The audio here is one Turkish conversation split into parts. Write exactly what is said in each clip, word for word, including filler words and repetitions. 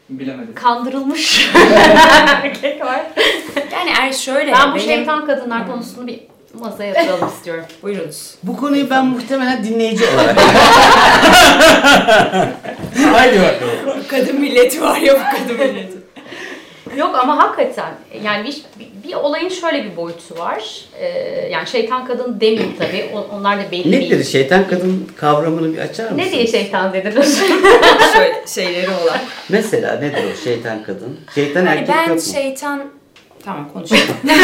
Bilemedim. Kandırılmış erkek var. Yani eğer şöyle... Ben bu benim... şeytan kadınlar konusunu bir masaya yatıralım istiyorum. Buyurunuz. Bu konuyu ben muhtemelen dinleyici olarak... Haydi bakalım. Kadın milleti var ya, bu kadın milleti. Yok ama hakikaten yani bir, bir, bir olayın şöyle bir boyutu var. Ee, yani şeytan kadın demeyeyim tabii. O, onlar da belli Nedir değil. şeytan kadın kavramını bir açar mısın? Ne diye şeytan dediniz? Şöyle şeyleri olan. Mesela nedir o şeytan kadın? Şeytan Yani erkek ben yok mu? şeytan... Tamam konuşalım.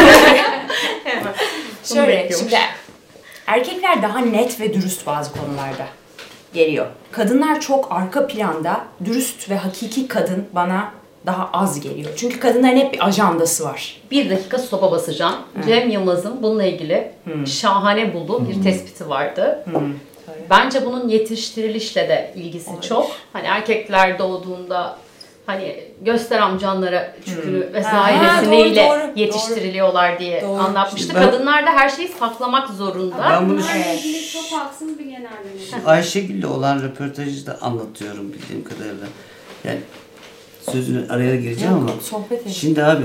Şöyle şimdi erkekler daha net ve dürüst bazı konularda geliyor. Kadınlar çok arka planda, dürüst ve hakiki kadın bana daha az geliyor. Çünkü kadınların hep bir ajandası var. Bir dakika stopa basacağım. Hı. Cem Yılmaz'ın bununla ilgili Hı. şahane bulduğu bir tespiti vardı. Hı. Bence bunun yetiştirilişle de ilgisi Olabilir. çok. Hani erkekler doğduğunda hani göster amcanlara çükünü Hmm. vesairesiniyle Ha, doğru, doğru, yetiştiriliyorlar diye Doğru. anlatmıştı. Şimdi ben- Kadınlar da her şeyi saklamak zorunda. Ben bunu Bunlarla Evet. ilgili çok haksız bir genelleme. Ayşegül'le olan röportajı da anlatıyorum bildiğim kadarıyla. Yani sözünü araya gireceğim ama. Sohbet edelim. Şimdi abi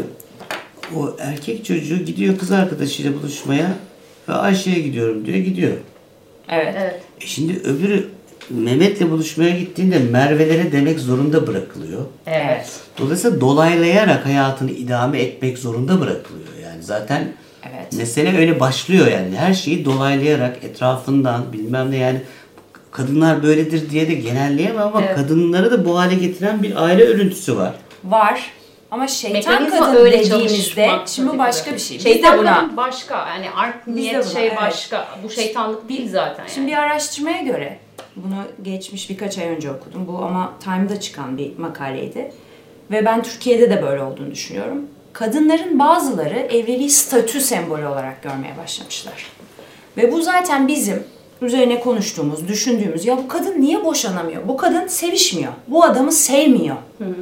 o erkek çocuğu gidiyor kız arkadaşıyla buluşmaya ve Ayşe'ye gidiyorum diyor gidiyor. Evet. Evet. E şimdi öbürü Mehmet'le buluşmaya gittiğinde Merve'lere demek zorunda bırakılıyor. Evet. Dolayısıyla dolaylayarak hayatını idame etmek zorunda bırakılıyor. Yani zaten Evet. mesele öyle başlıyor yani. Her şeyi dolaylayarak etrafından bilmem ne yani kadınlar böyledir diye de genelleyemem ama Evet. kadınları da bu hale getiren bir aile örüntüsü var. Var. Ama şeytan Mekanizma kadın öyle dediğimizde çalışmak şimdi bu tabii başka ki. bir şey. Biz Şeytan de buna kadın başka. Yani art Biz de niyet buna, şey evet. başka. Bu şeytanlık değil zaten yani. Şimdi bir araştırmaya göre, bunu geçmiş birkaç ay önce okudum. Bu ama Time'da çıkan bir makaleydi. Ve ben Türkiye'de de böyle olduğunu düşünüyorum. Kadınların bazıları evliliği statü sembolü olarak görmeye başlamışlar. Ve bu zaten bizim üzerine konuştuğumuz, düşündüğümüz, ya bu kadın niye boşanamıyor? Bu kadın sevişmiyor. Bu adamı sevmiyor.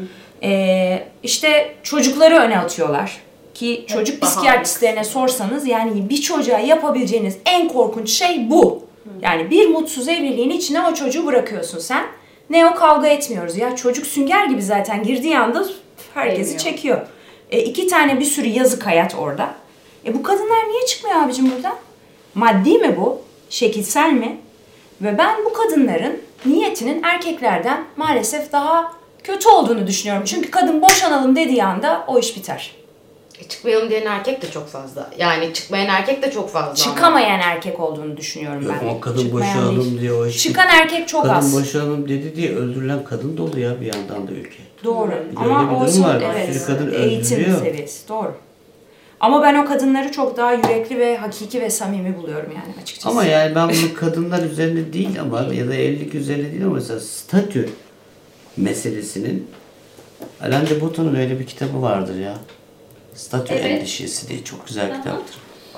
Ee, işte çocukları öne atıyorlar. Ki çocuk bahane. psikiyatristlerine sorsanız yani bir çocuğa yapabileceğiniz en korkunç şey bu. Yani bir mutsuz evliliğin içine o çocuğu bırakıyorsun sen. Ne o kavga etmiyoruz ya. Çocuk sünger gibi zaten girdiği anda herkesi Sevmiyor. çekiyor. E, iki tane bir sürü yazık hayat orada. E bu kadınlar niye çıkmıyor abicim buradan? Maddi mi bu? Şekilsel mi? Ve ben bu kadınların niyetinin erkeklerden maalesef daha kötü olduğunu düşünüyorum. Çünkü kadın boşanalım dediği anda o iş biter. E, çıkmayalım diyen erkek de çok fazla. Yani çıkmayan erkek de çok fazla. Çıkamayan erkek olduğunu düşünüyorum Yok ben. ama kadın Çıkmayan boşanalım değil. diyor. Işte. Çıkan erkek çok kadın az. Kadın boşanalım dedi diye öldürülen kadın dolu ya bir yandan da ülke. Doğru. Bir de Ama öyle bir o durum son var. Bir evet, sürü kadın eğitim öldürüyor. seviyesi. Doğru. Ama ben o kadınları çok daha yürekli ve hakiki ve samimi buluyorum yani açıkçası. Ama yani ben bunu kadınlar üzerine değil ama ya da evlilik üzerine değil ama mesela statü meselesinin Alain de Botton'un öyle bir kitabı vardır ya. Statü Evet. endişesi diye çok güzel kitaptır.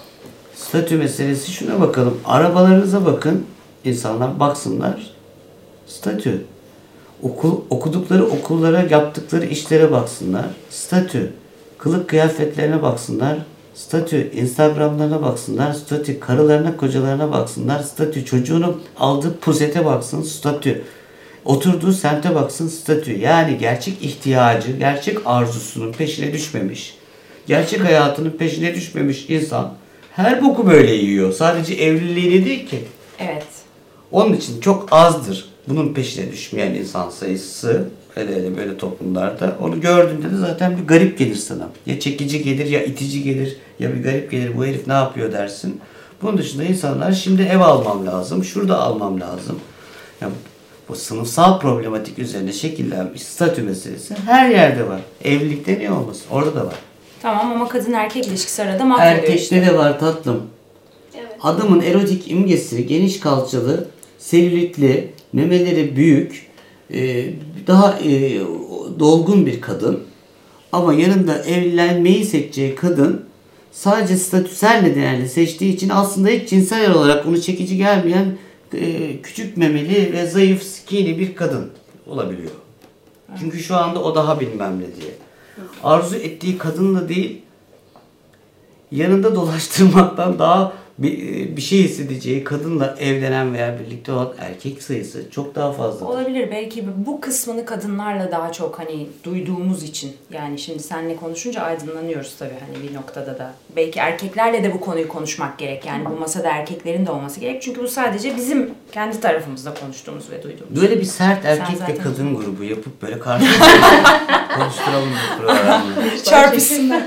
Statü meselesi şuna bakalım. Arabalarınıza bakın. İnsanlar baksınlar. Statü. Okul, okudukları okullara, yaptıkları işlere baksınlar. Statü. Kılık kıyafetlerine baksınlar. Statü. Instagramlarına baksınlar. Statü. Karılarına, kocalarına baksınlar. Statü. Çocuğunu aldığı pusete baksın. Statü. Oturduğu semte baksın. Statü. Yani gerçek ihtiyacı, gerçek arzusunun peşine düşmemiş. Gerçek hayatının peşine düşmemiş insan her boku böyle yiyor. Sadece evliliğini değil ki. Evet. Onun için çok azdır bunun peşine düşmeyen insan sayısı. Hele hele böyle toplumlarda. Onu gördüğünde de zaten bir garip gelir sana. Ya çekici gelir ya itici gelir ya bir garip gelir. Bu herif ne yapıyor dersin. Bunun dışında insanlar şimdi ev almam lazım. Şurada almam lazım. Yani bu sınıfsal problematik üzerine şekillenmiş statü meselesi her yerde var. Evlilikte niye olmasın? Orada da var. Tamam ama kadın erkek ilişkisi arada mahvoluyor Erkekte işte. de var tatlım. Evet. Adamın erotik imgesi geniş kalçalı, selülitli, memeleri büyük, e, daha e, dolgun bir kadın. Ama yanında evlenmeyi seçeceği kadın sadece statüsel nedenlerle seçtiği için aslında hiç cinsel olarak onu çekici gelmeyen e, küçük memeli ve zayıf, skinny bir kadın olabiliyor. Çünkü şu anda o daha bilmem ne diye. Arzu ettiği kadınla değil, yanında dolaştırmaktan daha bir, bir şey hissedeceği kadınla evlenen veya birlikte olan erkek sayısı çok daha fazla. Olabilir. Belki bu kısmını kadınlarla daha çok hani duyduğumuz için. Yani şimdi seninle konuşunca aydınlanıyoruz tabii hani bir noktada da. Belki erkeklerle de bu konuyu konuşmak gerek. Yani bu masada erkeklerin de olması gerek. Çünkü bu sadece bizim kendi tarafımızda konuştuğumuz ve duyduğumuz. Böyle bir sert erkek ve zaten- kadın grubu yapıp böyle karşılıklı konuşturalım bu programı. Çarpışsınlar.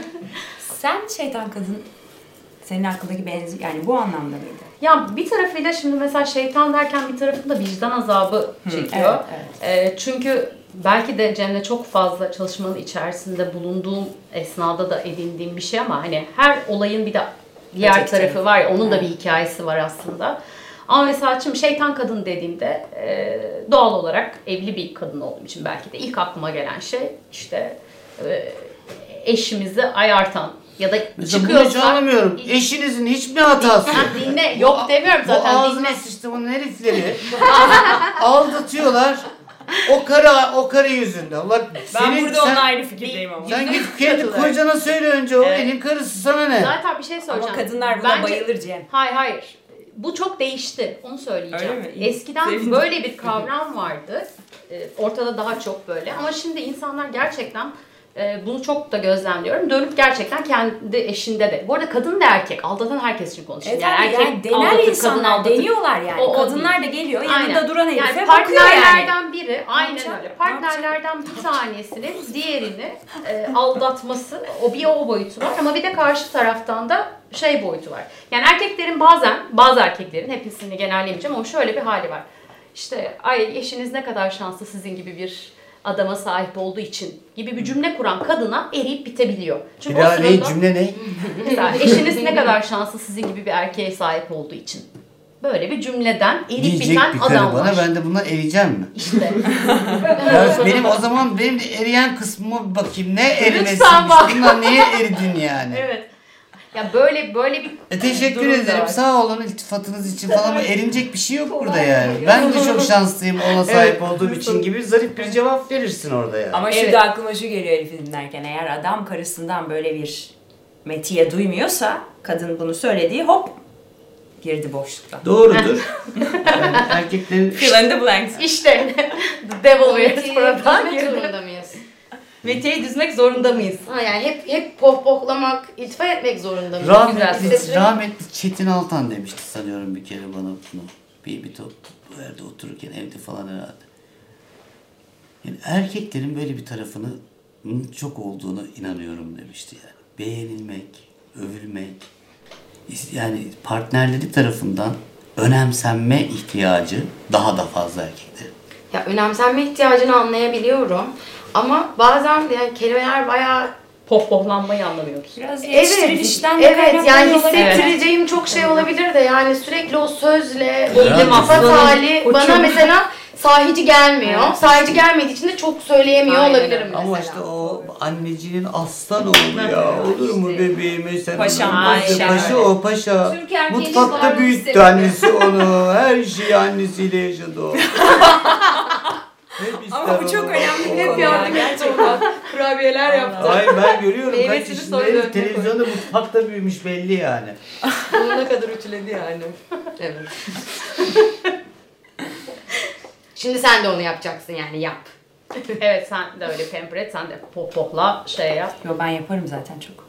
Sen şeytan kadın, senin hakkındaki benzi yani bu anlamda mıydı? Ya bir tarafıyla şimdi mesela şeytan derken bir tarafında vicdan azabı çekiyor. evet, evet. Ee, çünkü belki de Cem'le çok fazla çalışmanın içerisinde bulunduğum esnada da edindiğim bir şey ama hani her olayın bir de diğer Öteki tarafı tarafı. var ya, onun da Evet. bir hikayesi var aslında. Ama mesela şimdi şeytan kadın dediğimde e, doğal olarak evli bir kadın olduğum için belki de ilk aklıma gelen şey işte e, eşimizi ayartan ya da Mesela bunu hiç çıkıyorsa... anlamıyorum. Eşinizin hiçbir hatası yok. Dinle. Yok demiyorum zaten. Bu ağzına Dinle. sıçtımın herifleri aldatıyorlar. O karı o karı yüzünden. Ulan senin, sen, aynı fikirdeyim ama. sen git kendi kocana söyle önce o Evet. elin karısı sana ne? Zaten bir şey söyleyeceğim. Ama kadınlar buna Bence- bayılır Cem. Hayır hayır. Bu çok değişti. Onu söyleyeceğim. Öyle mi? İyi. Eskiden Sevindim. böyle bir kavram vardı. Ee, Ortada daha çok böyle. Ama şimdi insanlar gerçekten e, bunu çok da gözlemliyorum. Dönüp gerçekten kendi eşinde de. Bu arada kadın da erkek. Aldatan herkes için konuşuyor. Evet yani, yani dener aldatır, insanlar deniyorlar yani. O- o Kadınlar değil. da geliyor Aynen. yanında duran herife Yani bakıyor yani. partnerlerden biri, aynen yapacak? öyle. Ne Partnerlerden bir tanesinin diğerini e, aldatması, o bir o boyutu var ama bir de karşı taraftan da şey boyutu var. Yani erkeklerin bazen, bazı erkeklerin, hepsini genellemeyeceğim ama şöyle bir hali var. İşte ay eşiniz ne kadar şanslı sizin gibi bir adama sahip olduğu için gibi bir cümle kuran kadına eriyip bitebiliyor. Çünkü Bir o daha ne sırada cümle ne? mesela eşiniz ne kadar şanslı sizin gibi bir erkeğe sahip olduğu için. Böyle bir cümleden erip Diyecek biten bir karı adam bana var. ben de bundan eriyeceğim mi? İşte. Ya benim o zaman benim de eriyen kısmıma bir bakayım. Ne erimesiymiş? Lütfen bak. Bundan niye eridin yani? Evet. Ya böyle böyle bir E teşekkür durum da ederim. var. Sağ olun iltifatınız için falan ama erinecek bir şey yok burada yani. Ben de çok şanslıyım ona sahip olduğum için gibi zarif bir cevap verirsin orada yani. Ama Evet. şurada aklıma şu geliyor Elif'i dinlerken, eğer adam karısından böyle bir metiye duymuyorsa kadın bunu söylediği hop girdi boşlukta. Doğrudur. Yani erkeklerin Fill in the blanks. İşte The Devil Wears Metiyi Prada'dan düzmek girdi. zorunda mıyız? Metiyeyi düzmek zorunda mıyız? Ha yani hep hep pohpohlamak, iltifat etmek zorunda mıyız? rahmetli, Güzel. rahmetli Çetin Altan demişti sanıyorum bir kere bana bunu. Bir, bir top, bu yerde otururken evde falan herhalde. Yani erkeklerin böyle bir tarafının çok olduğunu inanıyorum demişti yani. Beğenilmek, övülmek, yani partnerleri tarafından önemsenme ihtiyacı daha da fazla erkeklerin. Ya önemsenme ihtiyacını anlayabiliyorum. Ama bazen yani kelimeler bayağı Pohpohlanmayı anlamıyoruz. Biraz evet, yetiştirilişten de evet kaynaklanıyor yani olabilir. hissettireceğim çok şey olabilir de yani sürekli o sözle, o Yani iltifat aslanım, hali koçum. bana mesela sahici gelmiyor. Evet. Sahici gelmediği için de çok söyleyemiyor Aynen olabilirim öyle. mesela. Ama işte o annecinin aslan oğlu ya. Olur mu bebeğim? Sen Paşam, onu- Ayşe. Paşa o paşa. Türk erkeğinin Mutfakta varlığı büyüttü sebebi. annesi onu. Her şeyi annesiyle yaşadı o. Hep ister Ama bu çok onu. önemli bir O- konu ya gerçekten. Kurabiyeler yaptı. Ay ben görüyorum kaç Meyvesini yaşında soydu, önüne herif televizyonda mutfakta büyümüş belli yani. Sonuna kadar ütüledi yani. Evet. Şimdi sen de onu yapacaksın yani yap. Evet sen de öyle pamper et, sen de pohpohla şey yap. Yo ben yaparım zaten çok.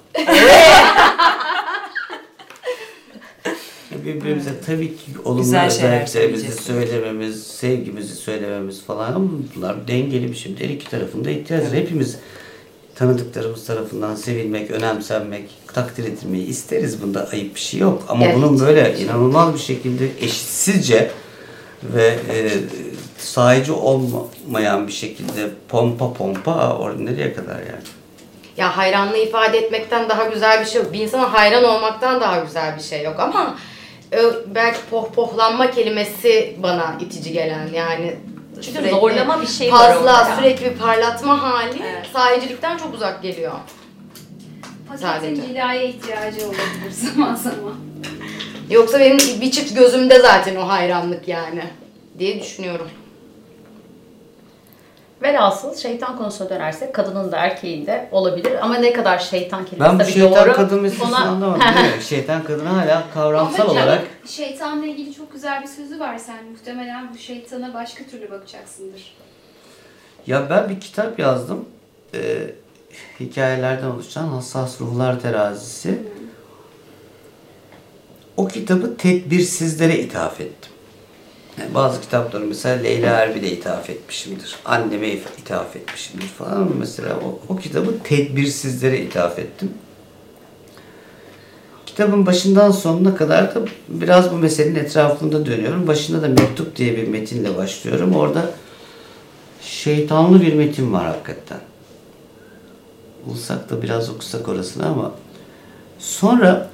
Birbirimize tabii ki olumlu Güzel şeyler özelliklerimizi söyleyeceğiz. söylememiz, sevgimizi söylememiz falan ama bunlar dengeli bir şey. Her iki tarafında ihtiyaç var. Hepimiz tanıdıklarımız tarafından sevilmek, önemsenmek, takdir edilmeyi isteriz. Bunda ayıp bir şey yok. Ama Evet. bunun böyle inanılmaz bir şekilde eşitsizce ve e, sahici olmayan bir şekilde pompa pompa or nereye kadar yani? Ya hayranlığı ifade etmekten daha güzel bir şey yok. Bir insana hayran olmaktan daha güzel bir şey yok ama e, belki pohpohlanma kelimesi bana itici gelen yani Çünkü sürekli zorlama bir şey var fazla orada. sürekli bir parlatma hali Evet. sahicilikten çok uzak geliyor. Paketin Sadece. cilaya ihtiyacı olabilir zaman zaman. Yoksa benim bir çift gözümde zaten o hayranlık yani diye düşünüyorum. Velhasıl şeytan konusuna dönersek kadının da erkeğin de olabilir. Ama ne kadar şeytan kelimesi Ben bu tabii şeytan doğru. kadın meselesini Ona- anlamadım. Değil mi? Şeytan kadını hala kavramsal Ama olarak. şeytanla ilgili çok güzel bir sözü var. Sen muhtemelen bu şeytana başka türlü bakacaksındır. Ya ben bir kitap yazdım. Ee, hikayelerden oluşan Hassas Ruhlar Terazisi. O kitabı tedbirsizlere ithaf ettim. Yani bazı kitapları mesela Leyla Erbil'e ithaf etmişimdir. Anneme ithaf etmişimdir falan ama mesela o, o kitabı tedbirsizlere ithaf ettim. Kitabın başından sonuna kadar da biraz bu meselenin etrafında dönüyorum. Başında da mektup diye bir metinle başlıyorum. Orada şeytanlı bir metin var hakikaten. Bulsak da biraz okusak orasını ama sonra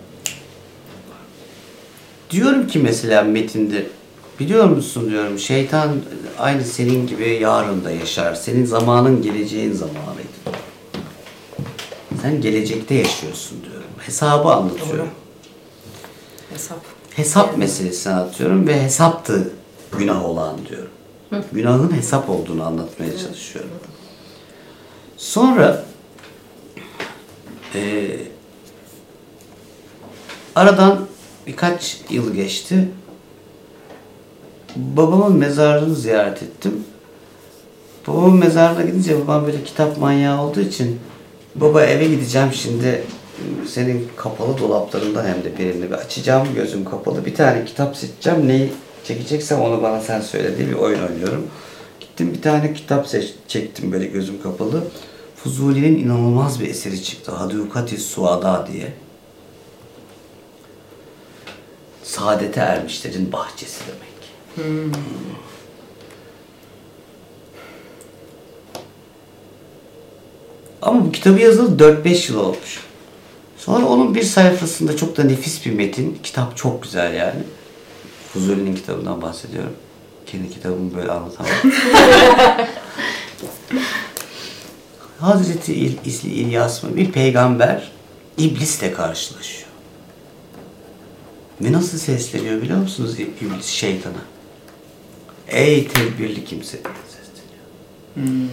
diyorum ki mesela metinde, biliyor musun diyorum, şeytan aynı senin gibi yarın da yaşar. Senin zamanın geleceğin zamanıydı. Sen gelecekte yaşıyorsun diyorum. Hesabı anlatıyorum. Doğru. Hesap. Hesap meselesini anlatıyorum ve hesaptı günah olan diyorum. Hı. Günahın hesap olduğunu anlatmaya çalışıyorum. Sonra e, aradan birkaç yıl geçti. Babamın mezarını ziyaret ettim. Babamın mezarına gidince babam böyle kitap manyağı olduğu için baba eve gideceğim şimdi, senin kapalı dolaplarından hem de birini bir açacağım, gözüm kapalı, bir tane kitap seçeceğim, neyi çekeceksem onu bana sen söyle diye bir oyun oynuyorum. Gittim bir tane kitap seç, çektim böyle gözüm kapalı. Fuzuli'nin inanılmaz bir eseri çıktı. Hadukati Suada diye. Saadete ermişlerin bahçesi demek. Hmm. Ama bu kitabı yazılı dört beş yıl olmuş. Sonra onun bir sayfasında çok da nefis bir metin. Kitap çok güzel yani. Fuzuli'nin kitabından bahsediyorum. Kendi kitabımı böyle anlatamam. Hazreti İl, İl, İlyas mı? Bir peygamber iblisle karşılaşıyor. Ve nasıl sesleniyor biliyor musunuz iblis şeytana? Ey tedbirli kimse diye sesleniyor. Hmm.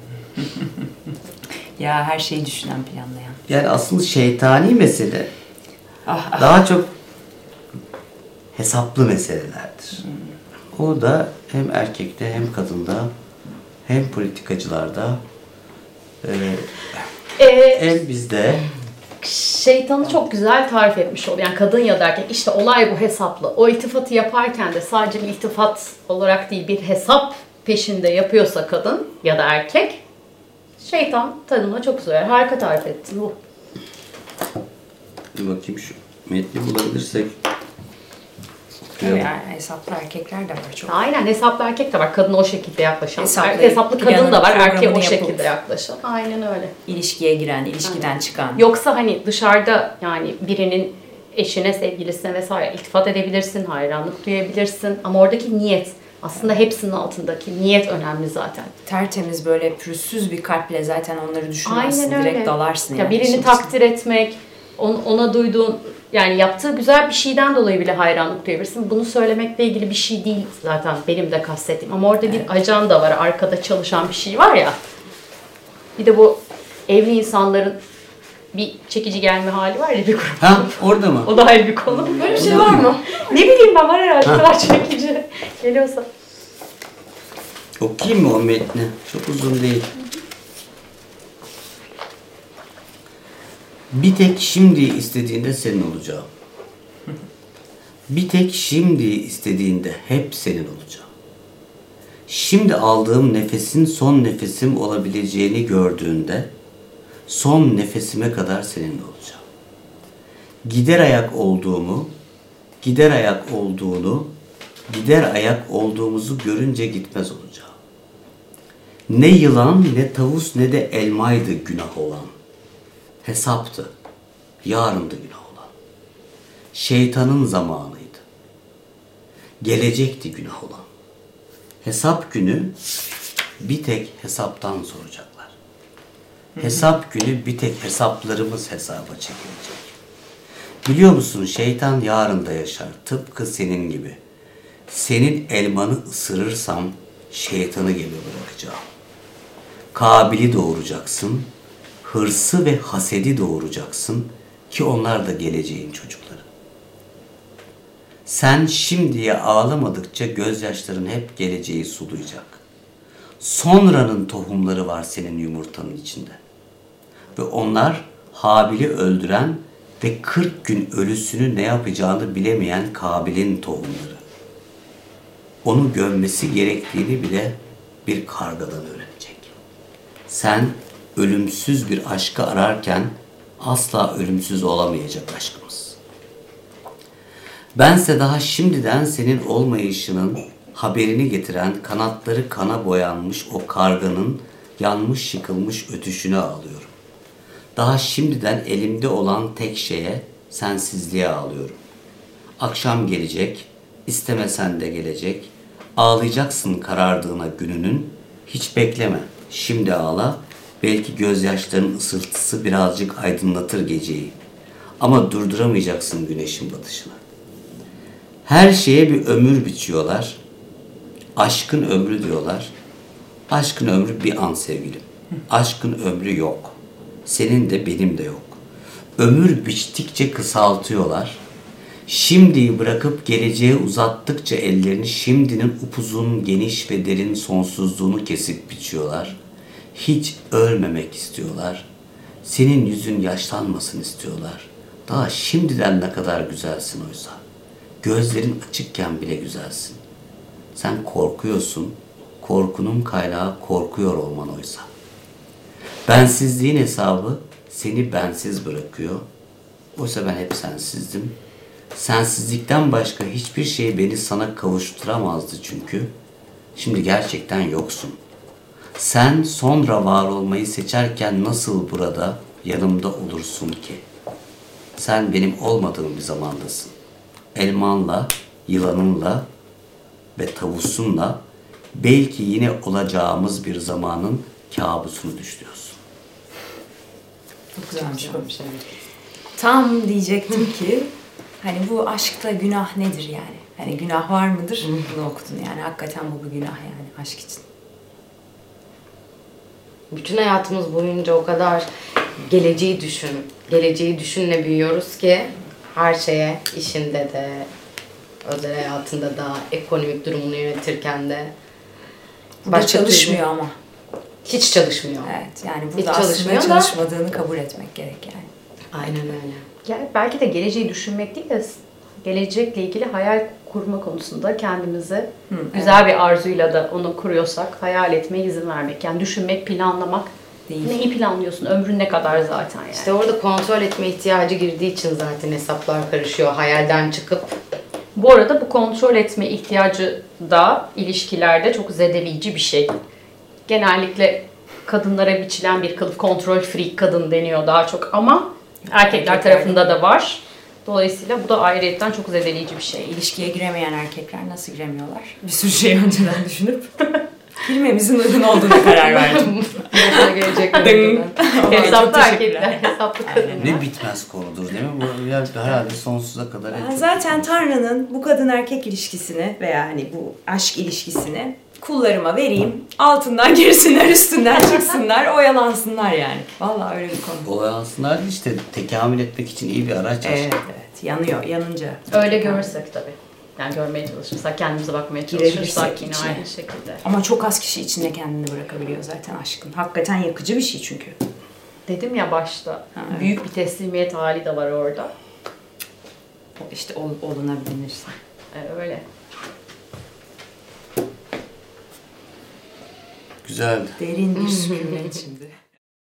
Ya her şeyi düşünen, planlayan. Yani aslında şeytani mesele ah, ah. daha çok hesaplı meselelerdir. Hmm. O da hem erkekte hem kadında hem politikacılarda e, ee, hem bizde. Şeytanı çok güzel tarif etmiş oluyor. Yani kadın ya da erkek. İşte olay bu, hesaplı. O iltifatı yaparken de sadece bir iltifat olarak değil, bir hesap peşinde yapıyorsa kadın ya da erkek, şeytan tadına çok güzel. Harika tarif ettin bu. Bir bakayım şu metni bulabilirsek. Tabii yani hesaplı erkekler de var çok. Aynen, hesaplı erkek de var. Kadın o şekilde yaklaşan. Hesaplı, hesaplı kadın da var. Erkeğe o yapıp, şekilde yaklaşan. Aynen öyle. İlişkiye giren, ilişkiden Aynen. çıkan. Yoksa hani dışarıda yani birinin eşine, sevgilisine vesaire iltifat edebilirsin, hayranlık duyabilirsin. Ama oradaki niyet, aslında hepsinin altındaki niyet önemli zaten. Tertemiz böyle pürüzsüz bir kalple zaten onları düşünmezsin. Aynen direkt öyle. dalarsın. Ya yani birini takdir etmek, ona duyduğun, yani yaptığı güzel bir şeyden dolayı bile hayranlık duyabilirsin. Bunu söylemekle ilgili bir şey değil zaten benim de kastettiğim. Ama orada evet. bir ajanda var, arkada çalışan bir şey var ya. Bir de bu evli insanların bir çekici gelme hali var ya bir grup. Ha, orada mı? O da ayrı bir konu. Böyle bir şey var mı? Ne bileyim ben, var herhalde kadar çekici geliyorsa. Okuyayım mı o metni? Çok uzun değil. Bir tek şimdi istediğinde senin olacağım. Bir tek şimdi istediğinde hep senin olacağım. Şimdi aldığım nefesin son nefesim olabileceğini gördüğünde son nefesime kadar seninle olacağım. Gider ayak olduğumu, gider ayak olduğunu, gider ayak olduğumuzu görünce gitmez olacağım. Ne yılan, ne tavus, ne de elmaydı günah olan. Hesaptı, yarındı günah olan. Şeytanın zamanıydı. Gelecekti günah olan. Hesap günü bir tek hesaptan soracaklar. Hesap günü bir tek hesaplarımız hesaba çekilecek. Biliyor musun, şeytan yarın da yaşar, tıpkı senin gibi. Senin elmanı ısırırsam şeytanı gibi bırakacağım. Kabil'i doğuracaksın. Hırsı ve hasedi doğuracaksın ki onlar da geleceğin çocukları. Sen şimdiye ağlamadıkça gözyaşların hep geleceği sulayacak. Sonranın tohumları var senin yumurtanın içinde. Ve onlar Habil'i öldüren ve kırk gün ölüsünü ne yapacağını bilemeyen Kabil'in tohumları. Onu gömmesi gerektiğini bile bir kargadan öğrenecek. Sen ölümsüz bir aşkı ararken asla ölümsüz olamayacak aşkımız. Bense daha şimdiden senin olmayışının haberini getiren, kanatları kana boyanmış o karganın yanmış yıkılmış ötüşünü ağlıyorum. Daha şimdiden elimde olan tek şeye, sensizliğe ağlıyorum. Akşam gelecek, istemesen de gelecek. Ağlayacaksın karardığına gününün, hiç bekleme. Şimdi ağla, belki gözyaşlarının ısıltısı birazcık aydınlatır geceyi. Ama durduramayacaksın güneşin batışını. Her şeye bir ömür biçiyorlar. Aşkın ömrü diyorlar. Aşkın ömrü bir an sevgilim. Aşkın ömrü yok. Senin de benim de yok. Ömür biçtikçe kısaltıyorlar. Şimdiyi bırakıp geleceğe uzattıkça ellerini şimdinin upuzun, geniş ve derin sonsuzluğunu kesip biçiyorlar. Hiç ölmemek istiyorlar. Senin yüzün yaşlanmasın istiyorlar. Daha şimdiden ne kadar güzelsin oysa. Gözlerin açıkken bile güzelsin. Sen korkuyorsun. Korkunun kaynağı korkuyor olman oysa. Bensizliğin hesabı seni bensiz bırakıyor. Oysa ben hep sensizdim. Sensizlikten başka hiçbir şey beni sana kavuşturamazdı çünkü. Şimdi gerçekten yoksun. Sen sonra var olmayı seçerken nasıl burada yanımda olursun ki? Sen benim olmadığım bir zamandasın. Elmanla, yılanınla ve tavusunla belki yine olacağımız bir zamanın kabusunu düşlüyorsun. Çok güzelmiş bu. Tam diyecektim ki hani bu aşkta günah nedir yani? Hani günah var mıdır? Bunu okudun yani. Hakikaten bu bir günah yani aşk için. Bütün hayatımız boyunca o kadar geleceği düşün, geleceği düşünle büyüyoruz ki her şeye, işinde de, özel hayatında da, ekonomik durumunu yönetirken de. Bu da çalışmıyor türlü... ama. Hiç çalışmıyor. Evet, yani burada aslında çalışmadığını kabul etmek gerek yani. Aynen öyle. Yani belki de geleceği düşünmek değil de gelecekle ilgili hayal kurma konusunda kendimizi Hı, güzel evet. bir arzuyla da onu kuruyorsak hayal etmeye izin vermek. Yani düşünmek, planlamak. Değil. Neyi planlıyorsun? Ömrün ne kadar zaten yani. İşte orada kontrol etme ihtiyacı girdiği için zaten hesaplar karışıyor. Hayalden çıkıp. Bu arada bu kontrol etme ihtiyacı da ilişkilerde çok zedeleyici bir şey. Genellikle kadınlara biçilen bir kılıf, kontrol freak kadın deniyor daha çok ama erkekler tarafında da var. Dolayısıyla bu da ayrıyetten çok zedeleyici bir şey. İlişkiye giremeyen erkekler nasıl giremiyorlar? Bir sürü şey önceden düşünüp girmemizin uygun olduğuna karar verdim. Gelecek hesaplı erkekler, hesaplı kadınlar. Ne bitmez konudur değil mi? Bu ya herhalde sonsuza kadar. Ben zaten Tanrı'nın bu kadın erkek ilişkisini veya hani bu aşk ilişkisini kullarıma vereyim. Altından girsinler, üstünden çıksınlar, oyalansınlar yani. Vallahi öyle bir konu. Oyalansınlar işte tekamül etmek için iyi bir araç. Evet, evet. Yanıyor, yanınca. Öyle görürsek tabii. Yani görmeye çalışırsak, kendimize bakmaya çalışırsak yine içine. aynı şekilde. Ama çok az kişi içinde kendini bırakabiliyor zaten aşkın. Hakikaten yakıcı bir şey çünkü. Dedim ya başta, ha, evet. Büyük bir teslimiyet hali de var orada. İşte ol, olunabilirse. Ee, öyle. Güzeldi. Derin bir sükunet şimdi.